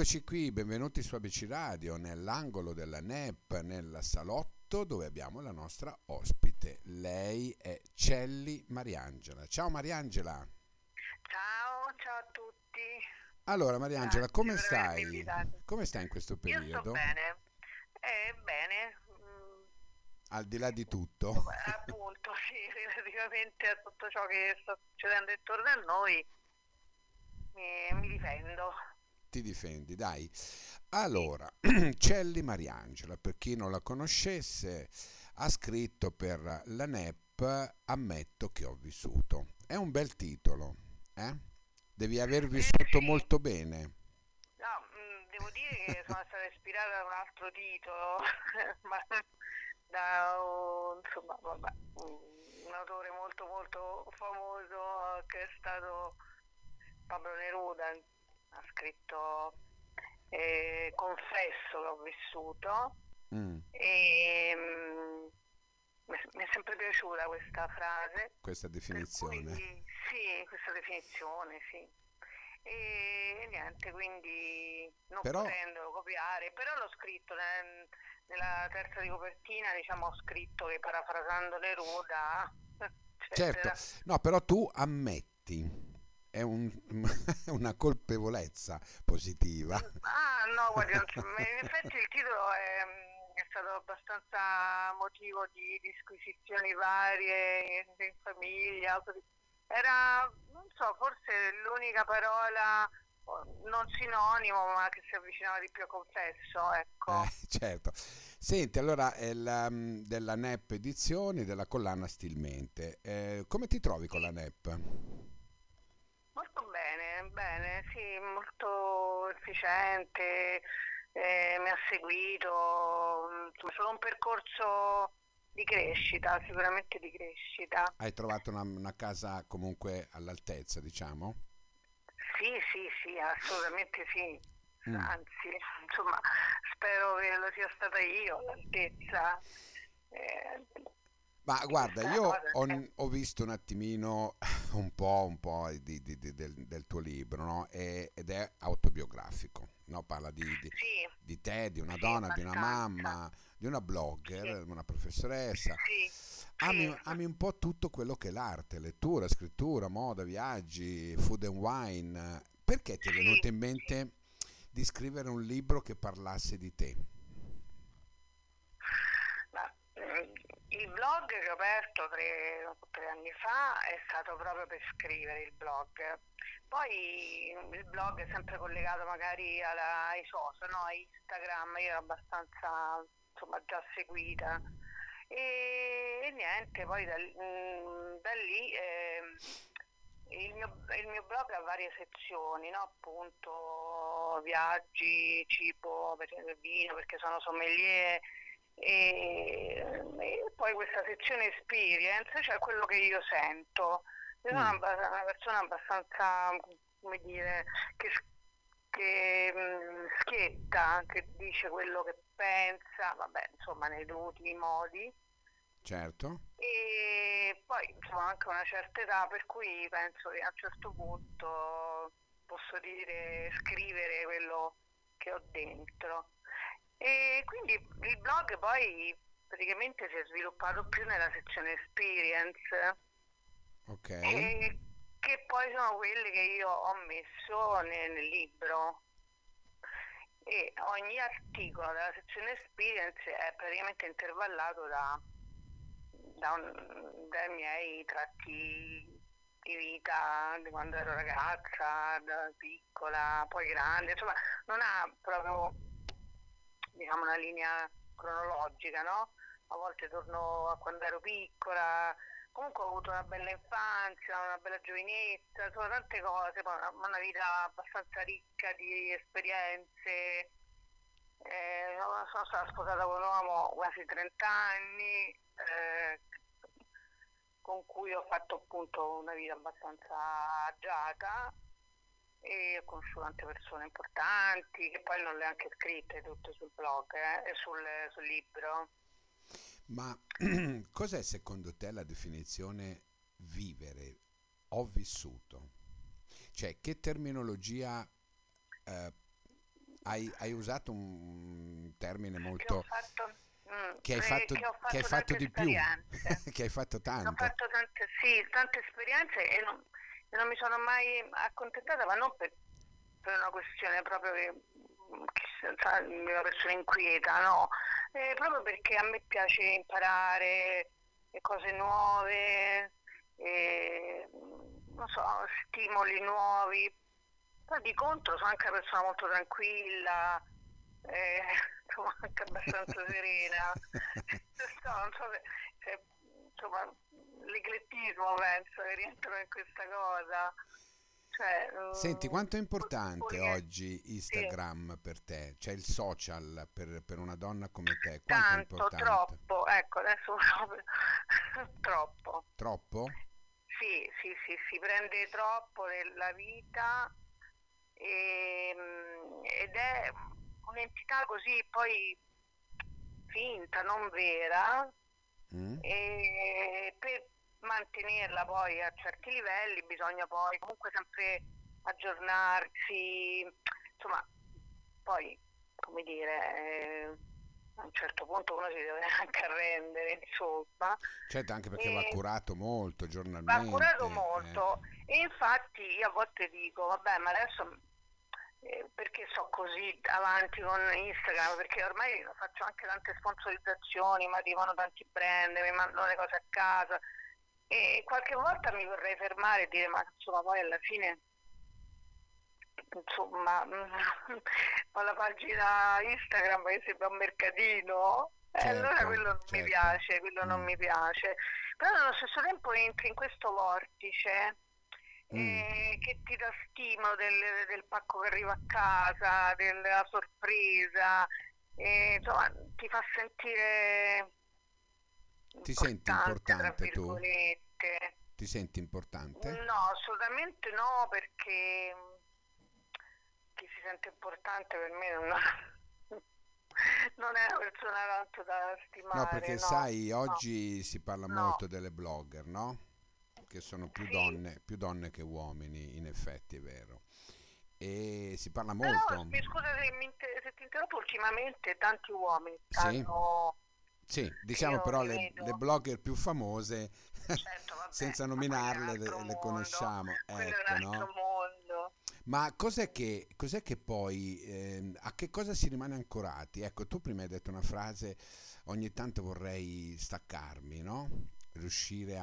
Eccoci qui, benvenuti su ABC Radio, nell'angolo della NEP, nel salotto dove abbiamo la nostra ospite. Lei è Celli Mariangela. Ciao Mariangela. Ciao, ciao a tutti, Allora Mariangela, grazie come per avermi stai? invitato. Come stai in questo Io sto periodo? bene, bene, Al di là di tutto. insomma, appunto, sì, relativamente a tutto ciò che sta succedendo intorno a noi, mi difendo. Ti difendi, dai. Sì, Allora, Celli Mariangela, per chi non la conoscesse, ha scritto per la NEP Ammetto che ho vissuto. È un bel titolo, eh? Devi aver vissuto sì, molto bene. no, devo dire che sono stata ispirata da un altro titolo, ma insomma, vabbè, un autore molto molto famoso che è stato Pablo Neruda. Ha scritto Confesso che ho vissuto Mm, e mi è sempre piaciuta questa frase, questa per definizione. cui sì, questa definizione, sì. E niente, quindi non Però, potendolo copiare, però l'ho scritto nella terza di copertina, diciamo, ho scritto che parafrasando Neruda, certo, eccetera. no, però tu ammetti, è una colpevolezza positiva. Ah, no, guardi, in effetti il titolo è stato abbastanza motivo di disquisizioni varie in famiglia. Era, non so, forse l'unica parola non sinonimo, ma che si avvicinava di più a confesso, ecco. Certo. Senti, allora è della NEP Edizioni della collana Stilmente. Come ti trovi con la Sì, NEP? molto bene, bene, sì, molto efficiente, mi ha seguito, insomma, è stato un percorso di crescita, sicuramente di crescita. Hai trovato una casa comunque all'altezza, diciamo? Sì, sì, sì, assolutamente sì. Mm. Anzi, insomma, spero che lo sia stata io all'altezza eh, Ma di guarda, questa io cosa. ho visto un attimino un po' del tuo libro, no? Ed è autobiografico, no? Parla Sì, di te, di una sì, donna, di una abbastanza. mamma, di una Sì, blogger, una professoressa. sì, Ami, sì. ami un po' tutto quello che è l'arte, lettura, scrittura, moda, viaggi, food and wine. Perché ti è Sì, venuto in sì. mente di scrivere un libro che parlasse di te? Ma, il blog che ho aperto 3 anni fa è stato proprio per scrivere il blog. Poi il blog è sempre collegato magari ai social, no? A Instagram, io ero abbastanza insomma già seguita. E niente, poi da lì il mio blog ha varie sezioni, no? Appunto viaggi, cibo, vino, perché sono sommelier, e poi questa sezione experience, cioè quello che io sento. Io sono Mm, una persona abbastanza, come dire, che schietta, che dice quello che pensa, vabbè, insomma, nei dovuti modi. certo. E poi insomma anche una certa età, per cui penso che a un certo punto posso dire, scrivere quello che ho dentro. E quindi il blog poi praticamente si è sviluppato più nella sezione experience, Ok. che poi sono quelle che io ho messo nel libro. E ogni articolo della sezione experience è praticamente intervallato dai miei tratti di vita, di quando ero ragazza, da piccola, poi grande, insomma, non ha proprio, diciamo, una linea cronologica, no? A volte torno a quando ero piccola, comunque ho avuto una bella infanzia, una bella giovinezza, insomma, tante cose, poi una vita abbastanza ricca di esperienze. Sono stata sposata con un uomo quasi 30 anni, con cui ho fatto appunto una vita abbastanza agiata e ho conosciuto tante persone importanti, che poi non le ho anche scritte tutte sul blog, e sul libro. Ma cos'è secondo te la definizione vivere? Ho vissuto. Cioè, che terminologia eh, hai usato un termine che ho molto fatto, che ho che hai fatto fatto tante di più, esperienze. che hai fatto Ho tanto. fatto tante, sì, tante esperienze e non mi sono mai accontentata, ma non per una questione proprio che senza una persona inquieta, no? Proprio perché a me piace imparare cose nuove, non so, stimoli nuovi. Poi di contro sono anche una persona molto tranquilla, eh, insomma anche abbastanza serena. Non so se, insomma, l'eclettismo penso che rientrano in questa cosa. Cioè, Senti, quanto è importante pure, oggi sì, Instagram per te? Cioè il social per una donna come te, quanto è tanto, importante? troppo, ecco, adesso proprio troppo. Troppo? Sì, sì, sì, si prende troppo della vita ed è un'entità così poi finta, non vera, Mm? e per mantenerla poi a certi livelli bisogna poi comunque sempre aggiornarsi, insomma, poi, come dire, a un certo punto uno si deve anche arrendere, insomma. Certo, anche perché va E curato molto va curato giornalmente. molto e infatti io a volte dico, vabbè, ma adesso perché so così avanti con Instagram? Perché ormai faccio anche tante sponsorizzazioni, mi arrivano tanti brand, mi mandano le cose a casa e qualche volta mi vorrei fermare e dire, ma insomma poi alla fine insomma, ho la pagina Instagram che sembra un mercatino e allora Certo, quello non mi certo. piace, quello non Mm, mi piace. Però allo stesso tempo entri in questo vortice mm. che ti dà stimolo del pacco che arriva a casa, della sorpresa, insomma, ti fa sentire Ti senti importante, tra importante tu? virgolette. Ti senti importante? No, assolutamente no, perché chi si sente importante per me non, non è una persona tanto da No, stimare, perché no, sai, no, oggi si parla no. molto delle blogger, no? Che sono Sì, più donne che uomini, in effetti è vero. E si parla però molto, scusa se ti interrompo, ultimamente tanti uomini sì? stanno, Sì, che diciamo io però li le vedo, blogger più famose, certo, vabbè, senza ma quello è un nominarle, altro le mondo, conosciamo, quello è un ecco, altro no? mondo. Ma cos'è che poi, a che cosa si rimane ancorati? Ecco, tu prima hai detto una frase, ogni tanto vorrei staccarmi, no? Riuscire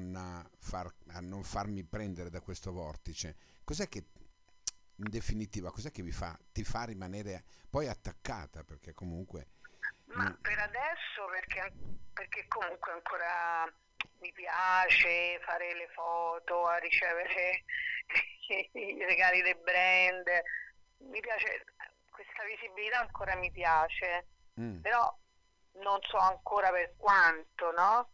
a non farmi prendere da questo vortice. Cos'è che, in definitiva, cos'è che ti fa rimanere poi attaccata? Perché comunque... Ma mm, per adesso perché comunque ancora mi piace fare le foto, a ricevere i regali dei brand, mi piace, questa visibilità ancora mi piace, mm, però non so ancora per quanto, no?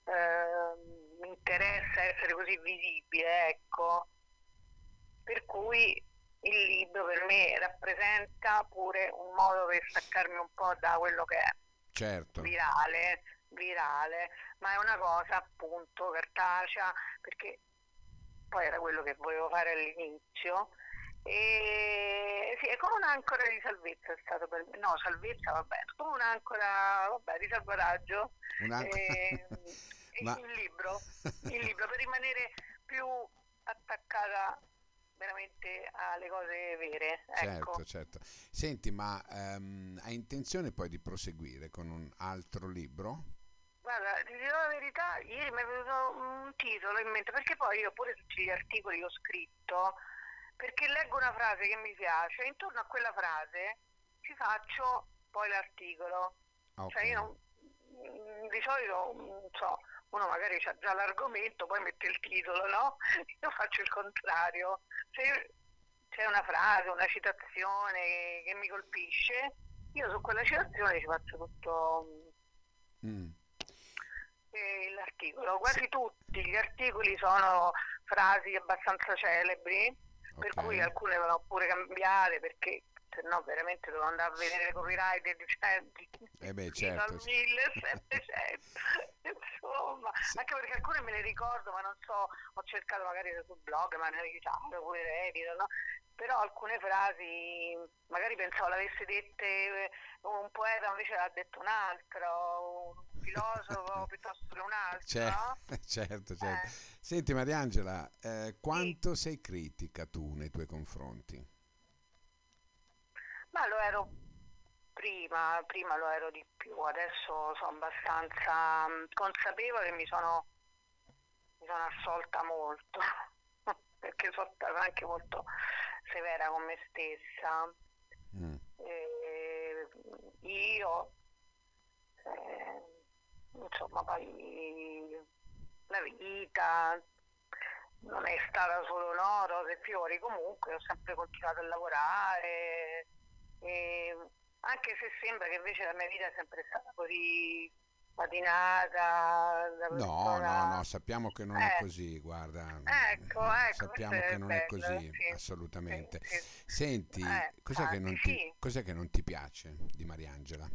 Mi interessa essere così visibile, ecco. Per cui il libro per me rappresenta pure un modo per staccarmi un po' da quello che è certo. virale, ma è una cosa appunto cartacea, perché poi era quello che volevo fare all'inizio. E sì, è come un'ancora di salvezza è stato per me, no, salvezza, vabbè, è come un'ancora, vabbè, di salvataggio, eh, Ma... il libro per rimanere più attaccata veramente alle cose vere, Certo, ecco. certo. Senti, ma hai intenzione poi di proseguire con un altro libro? Guarda, ti dirò la verità, ieri mi è venuto un titolo in mente, perché poi io pure tutti gli articoli che ho scritto, perché leggo una frase che mi piace e intorno a quella frase ci faccio poi l'articolo. Ok, Cioè io di solito, non so, uno magari ha già l'argomento, poi mette il titolo, no? Io faccio il contrario. Se c'è una frase, una citazione che mi colpisce, io su quella citazione ci faccio tutto mm, l'articolo. se- Quasi tutti gli articoli sono frasi abbastanza celebri, per ok. cui alcune vanno pure cambiate perché se no veramente devo andare a vedere le copyright di Eh beh, fino al certo. 1700. insomma, Se- anche perché alcune me le ricordo, ma non so, ho cercato magari sul blog, ma ne ho aiutato pure Reddit, no? Però alcune frasi magari pensavo l'avesse dette un poeta, invece l'ha detto un altro, un filosofo piuttosto che un altro, C'è- no? certo, certo. Eh, Senti Mariangela, sì, quanto sei critica tu nei tuoi confronti? ma lo ero prima lo ero di più, adesso sono abbastanza consapevole, mi sono assolta molto, perché sono stata anche molto severa con me stessa. Mm. E io, insomma, poi la vita non è stata solo un oro e fiori, comunque ho sempre continuato a lavorare, e anche se sembra che invece la mia vita è sempre stata così patinata da No, no, no, persona. sappiamo che non è Eh, così, guarda, ecco, questo sappiamo che è non è bello, così, sì, sì, assolutamente. sì. Senti, Infatti, sì, cos'è che non ti piace di Mariangela?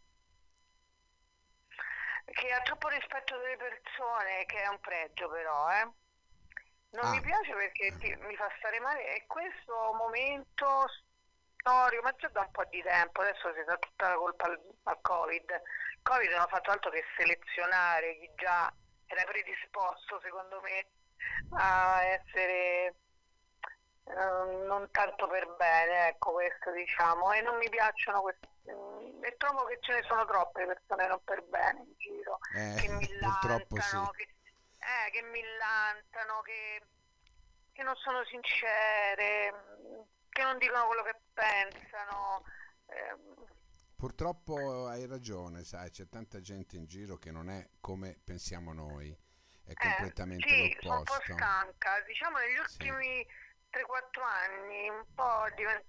che ha troppo rispetto delle persone, che è un pregio però, eh. Non mi Ah, piace perché mi fa stare male e questo momento storico, ma già da un po' di tempo, adesso si dà tutta la colpa al Covid. Il Covid non ha fatto altro che selezionare chi già era predisposto, secondo me, a essere non tanto per bene, ecco questo diciamo, e non mi piacciono questi, e trovo che ce ne sono troppe persone non per bene in giro, eh, che purtroppo sì. millantano, che millantano, che non sono sincere, che non dicono quello che pensano. ehm, Purtroppo hai ragione, sai, c'è tanta gente in giro che non è come pensiamo noi, è Eh, completamente sì, sono un po' l'opposto. stanca. Diciamo negli Sì. ultimi 3-4 anni un po'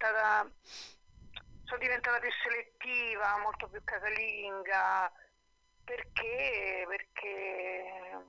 sono diventata più selettiva, molto più casalinga, perché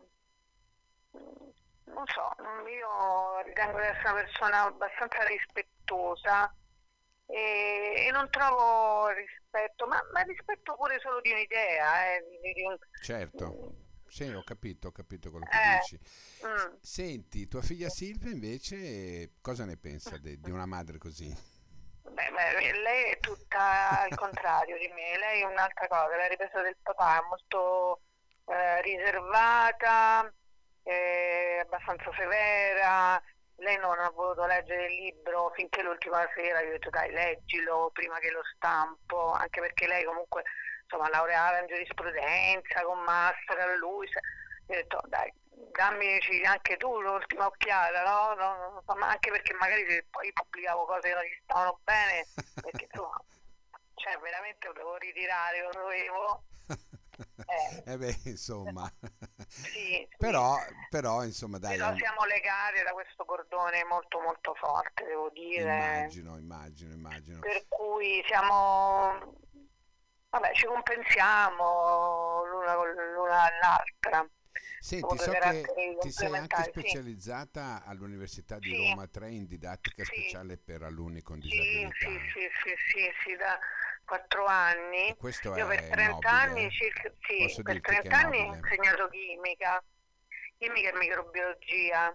non so, io ritengo di essere una persona abbastanza rispettosa e non trovo rispetto, ma rispetto pure solo di un'idea, Certo, mm, sì, ho capito quello che eh, dici. mm. Senti, tua figlia Silvia invece cosa ne pensa di una madre così? Beh, lei è tutta al contrario di me, lei è un'altra cosa, la ripresa del papà è molto riservata, abbastanza severa, lei non ha voluto leggere il libro finché l'ultima sera, io ho detto dai leggilo prima che lo stampo, anche perché lei comunque insomma laureata in giurisprudenza con master a lui, io ho detto dai dammici anche tu l'ultima occhiata, no? Ma anche perché magari se poi pubblicavo cose che non gli stavano bene, perché insomma, cioè veramente lo devo ritirare, lo dovevo. Eh, Eh beh, insomma, sì, sì, però, insomma, dai, però siamo legati da questo cordone molto molto forte, devo dire, immagino. per cui siamo, vabbè, ci compensiamo l'una con l'una all'altra, siamo Senti, due so che caratteri ti sei anche complementari, sì. specializzata all'Università di Sì, Roma 3 in didattica sì, speciale per alunni con sì, sì, disabilità. sì, sì, sì, sì, da 4 anni. E questo Io per è 30 nobile, anni eh? circa, sì, Posso per dirti che è 30 anni ho nobile. insegnato chimica e microbiologia.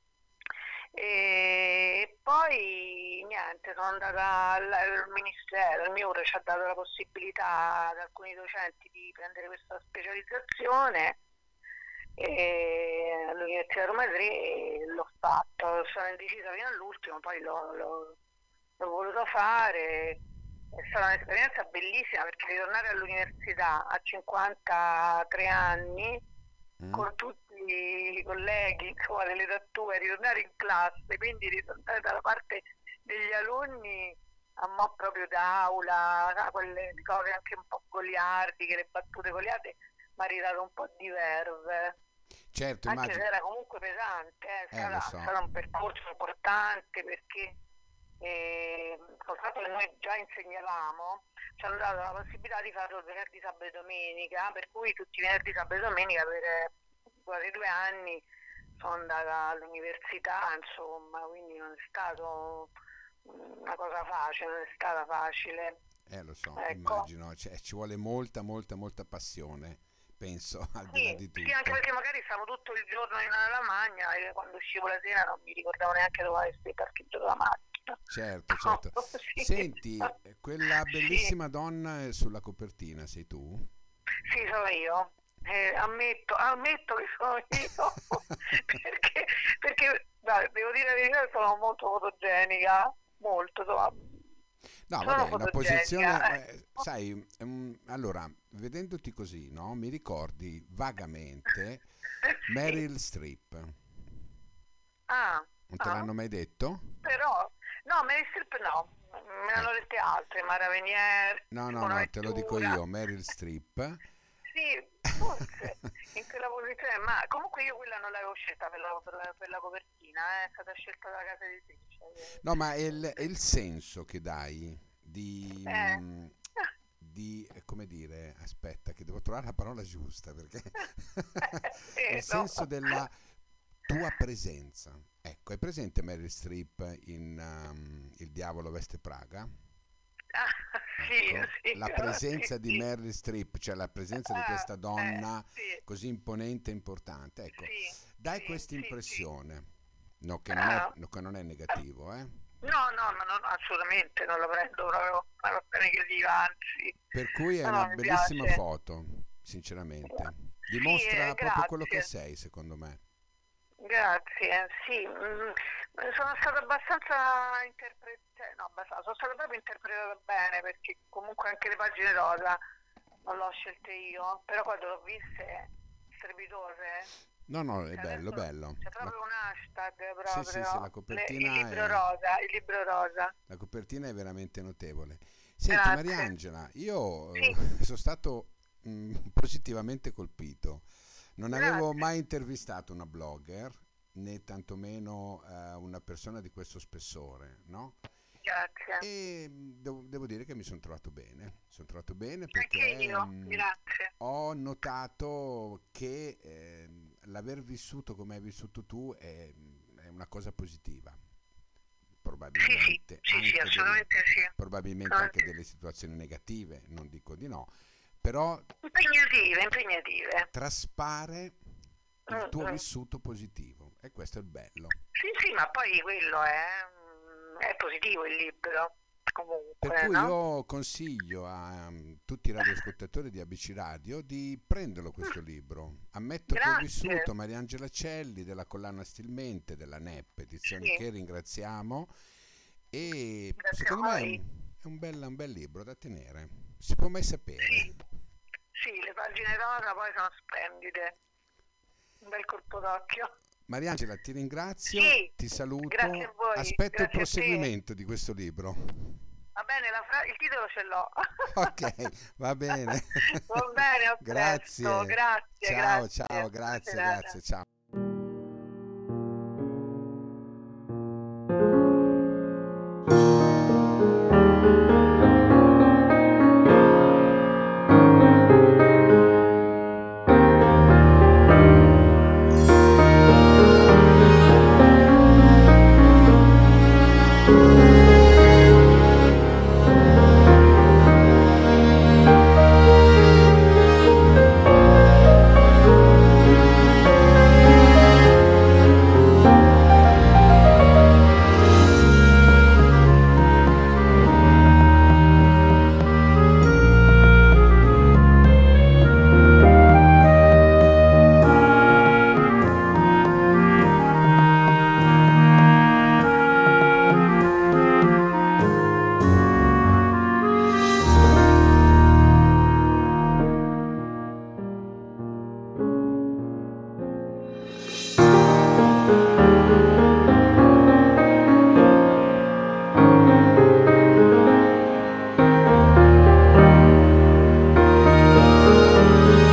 E poi niente, sono andata al ministero, il mio ora ci ha dato la possibilità ad alcuni docenti di prendere questa specializzazione e all'Università Roma 3 e l'ho fatto, sono indecisa fino all'ultimo, poi l'ho voluto fare. È stata un'esperienza bellissima perché ritornare all'università a 53 anni Mm? con tutti i colleghi, insomma, dell'età tua, ritornare in classe, quindi ritornare dalla parte degli alunni a mo' proprio d'aula, quelle cose anche un po' goliardiche, le battute goliardiche, mi ha ridato un po' di verve, Certo, anche se immagino, era comunque pesante, è lo stata, è so. stato un percorso importante perché col fatto che noi già insegnavamo, ci hanno dato la possibilità di farlo venerdì, sabato e domenica, per cui tutti i venerdì, sabato e domenica per quasi 2 anni sono andata all'università, insomma, quindi non è stato una cosa facile, non è stata facile. Lo so, Ecco, immagino, ci vuole molta passione penso, al di là Sì, di sì, anche tutto. perché magari stavo tutto il giorno in lavagna e quando uscivo la sera non mi ricordavo neanche dove avessi parcheggiato la macchina. Certo, certo. No, sì, Senti, quella sì, bellissima donna sulla copertina, sei tu? sì, sono io. Ammetto che sono io, perché, dai, devo dire la verità, sono molto fotogenica, molto, insomma, No, sono vabbè, la fotogenica. posizione, sai, allora, vedendoti così, no? Mi ricordi vagamente Sì. Meryl Streep. Ah, Non te ah, l'hanno mai detto? però, no, Meryl Streep no, me ne hanno Ecco. dette altre, Mara Venier, No, no, no, te lo dico Bonaventura. io, Meryl Streep. Sì, forse in quella posizione, ma comunque io quella non l'avevo scelta per la copertina, è stata scelta dalla casa editrice. No, ma è il senso che dai Eh, come dire, aspetta, che devo trovare la parola giusta, perché il sì, no. senso della tua presenza. Ecco, hai presente Meryl Streep in Il diavolo veste Praga? Ah, sì, Ecco, sì, la sì, presenza di sì. Meryl Streep, cioè la presenza di Ah, questa donna sì, così imponente e importante, ecco, sì, dai sì, questa sì, sì. impressione, no, Ah, no, che non è negativo, eh? no, no, no, no, assolutamente non la prendo proprio una cosa negativa, anzi, Per cui è no, una no, mi bellissima piace. foto, sinceramente. Sì, Dimostra proprio quello che grazie. sei, secondo me. Grazie, sì, sono stata abbastanza interpretata, no, abbastanza, sono stata proprio interpretata bene perché comunque anche le pagine rosa non l'ho scelte io, però quando l'ho viste strepitose, No, no, è cioè bello, adesso bello. c'è proprio un hashtag Sì, sì, sì, proprio, il libro rosa, la copertina è veramente notevole. Senti, grazie. Mariangela, io Sì, sono stato positivamente colpito. Non avevo grazie, mai intervistato una blogger, né tantomeno una persona di questo spessore, no? grazie. E devo dire che mi sono trovato bene Anche perché io, grazie. ho notato che l'aver vissuto come hai vissuto tu è una cosa positiva, Sì, sì, probabilmente sì, sì, assolutamente sì. probabilmente anche Assolutamente delle situazioni negative, non dico di no, però sì. Impegnative, impegnative. traspare il Mm, tuo mm. vissuto positivo e questo è il bello. Sì, sì, ma poi quello è positivo il libro, Per comunque, cui no? io consiglio a tutti i radioascoltatori di ABC Radio di prenderlo questo libro. Ammetto che ho Grazie, vissuto Mariangela Celli della collana Stilmente della NEP, edizioni sì, che ringraziamo, e grazie a secondo me voi. è un bel libro da tenere. Si può mai sapere. Sì, sì, le pagine rosa poi sono splendide, un bel colpo d'occhio. Mariangela, ti ringrazio, Sì, ti grazie a saluto, voi, aspetto il grazie a te. proseguimento di questo libro. Va bene, il titolo ce l'ho. Ok, va bene. Va bene, a presto. Grazie. Grazie, Ciao, ciao, grazie. Buona grazie, serata. grazie, ciao.